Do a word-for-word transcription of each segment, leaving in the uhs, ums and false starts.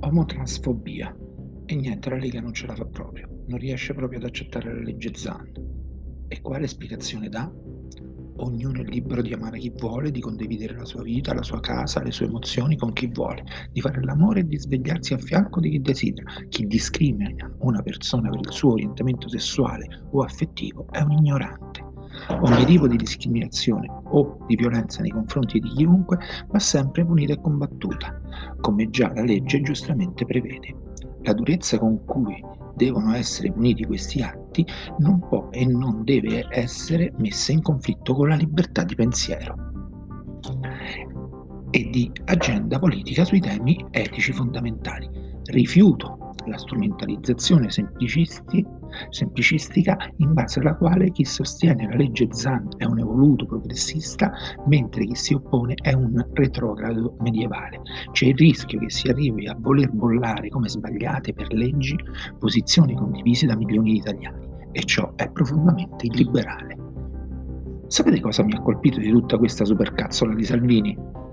Omotransfobia. E niente, la Lega non ce la fa proprio, non riesce proprio ad accettare la legge Zan. E quale spiegazione dà? Ognuno è libero di amare chi vuole, di condividere la sua vita, la sua casa, le sue emozioni con chi vuole, di fare l'amore e di svegliarsi a fianco di chi desidera. Chi discrimina una persona per il suo orientamento sessuale o affettivo è un ignorante. Ogni tipo di discriminazione o di violenza nei confronti di chiunque va sempre punita e combattuta, come già la legge giustamente prevede. La durezza con cui devono essere puniti questi atti non può e non deve essere messa in conflitto con la libertà di pensiero e di agenda politica sui temi etici fondamentali. Rifiuto la strumentalizzazione semplicisti semplicistica in base alla quale chi sostiene la legge Zan è un evoluto progressista, mentre chi si oppone è un retrogrado medievale. C'è il rischio che si arrivi a voler bollare come sbagliate per leggi posizioni condivise da milioni di italiani, e ciò è profondamente illiberale. Sapete cosa mi ha colpito di tutta questa supercazzola di Salvini?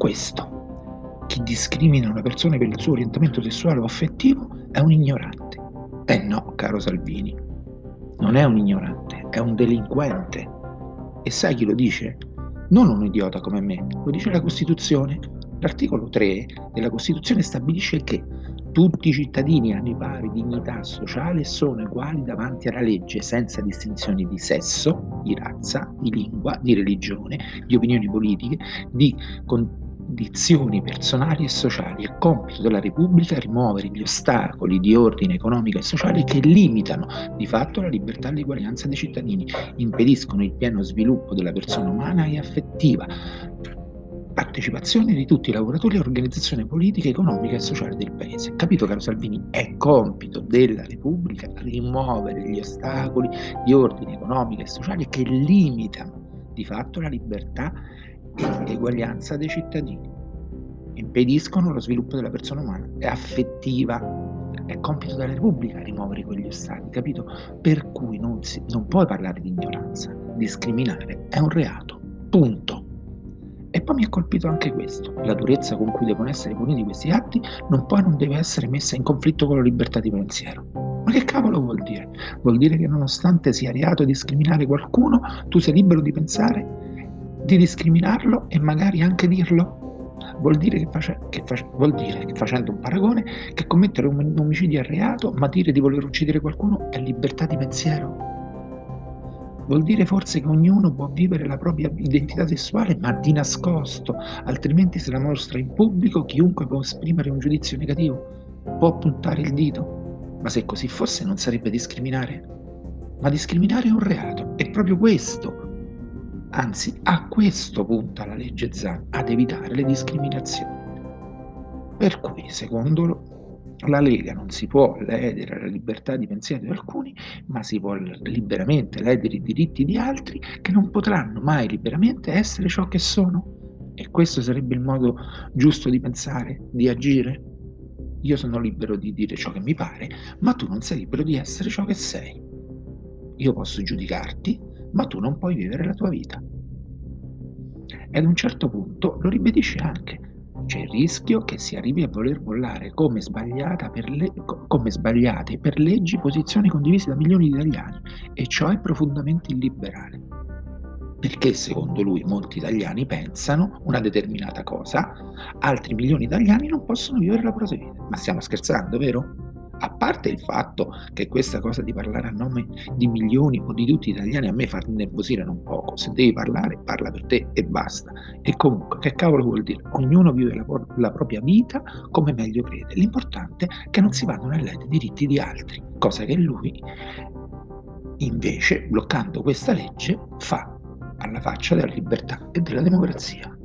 Questo: chi discrimina una persona per il suo orientamento sessuale o affettivo è un ignorante. Eh no, caro Salvini, non è un ignorante, è un delinquente. E sai chi lo dice? Non un idiota come me, lo dice la Costituzione. L'articolo tre della Costituzione stabilisce che tutti i cittadini hanno pari dignità sociale e sono uguali davanti alla legge, senza distinzioni di sesso, di razza, di lingua, di religione, di opinioni politiche, di condizioni personali e sociali. È compito della Repubblica rimuovere gli ostacoli di ordine economico e sociale che limitano di fatto la libertà e l'eguaglianza dei cittadini, impediscono il pieno sviluppo della persona umana e affettiva, partecipazione di tutti i lavoratori all'organizzazione politica, economica e sociale del paese. Capito, caro Salvini? È compito della Repubblica rimuovere gli ostacoli di ordine economico e sociale che limitano di fatto la libertà e l'eguaglianza dei cittadini, impediscono lo sviluppo della persona umana e affettiva. È compito della Repubblica rimuovere quegli ostacoli, capito? Per cui non, si, non puoi parlare di ignoranza. Discriminare è un reato. Punto. E poi mi ha colpito anche questo: la durezza con cui devono essere puniti questi atti non può e non deve essere messa in conflitto con la libertà di pensiero. Ma che cavolo vuol dire? Vuol dire che nonostante sia reato discriminare qualcuno, tu sei libero di pensare di discriminarlo e magari anche dirlo? Vuol dire che, face, che, face, vuol dire che facendo un paragone, che commettere un omicidio è reato, ma dire di voler uccidere qualcuno è libertà di pensiero? Vuol dire forse che ognuno può vivere la propria identità sessuale, ma di nascosto, altrimenti se la mostra in pubblico chiunque può esprimere un giudizio negativo, può puntare il dito. Ma se così fosse non sarebbe discriminare? Ma discriminare è un reato, è proprio questo. Anzi, a questo punta la legge Zan, ad evitare le discriminazioni. Per cui, secondo la Lega, non si può ledere la libertà di pensiero di alcuni, ma si può liberamente ledere i diritti di altri che non potranno mai liberamente essere ciò che sono. E questo sarebbe il modo giusto di pensare, di agire? Io sono libero di dire ciò che mi pare, ma tu non sei libero di essere ciò che sei. Io posso giudicarti, ma tu non puoi vivere la tua vita. E ad un certo punto lo ribadisce anche: c'è il rischio che si arrivi a voler bollare come, sbagliata per le, come sbagliate per leggi posizioni condivise da milioni di italiani, e ciò è profondamente illiberale. Perché secondo lui molti italiani pensano una determinata cosa, altri milioni di italiani non possono vivere la propria vita. Ma stiamo scherzando, vero? A parte il fatto che questa cosa di parlare a nome di milioni o di tutti gli italiani a me fa innervosire non poco. Se devi parlare, parla per te e basta. E comunque, che cavolo vuol dire? Ognuno vive la, la propria vita come meglio crede. L'importante è che non si vadano a ledere i diritti di altri, cosa che lui invece, bloccando questa legge, fa alla faccia della libertà e della democrazia.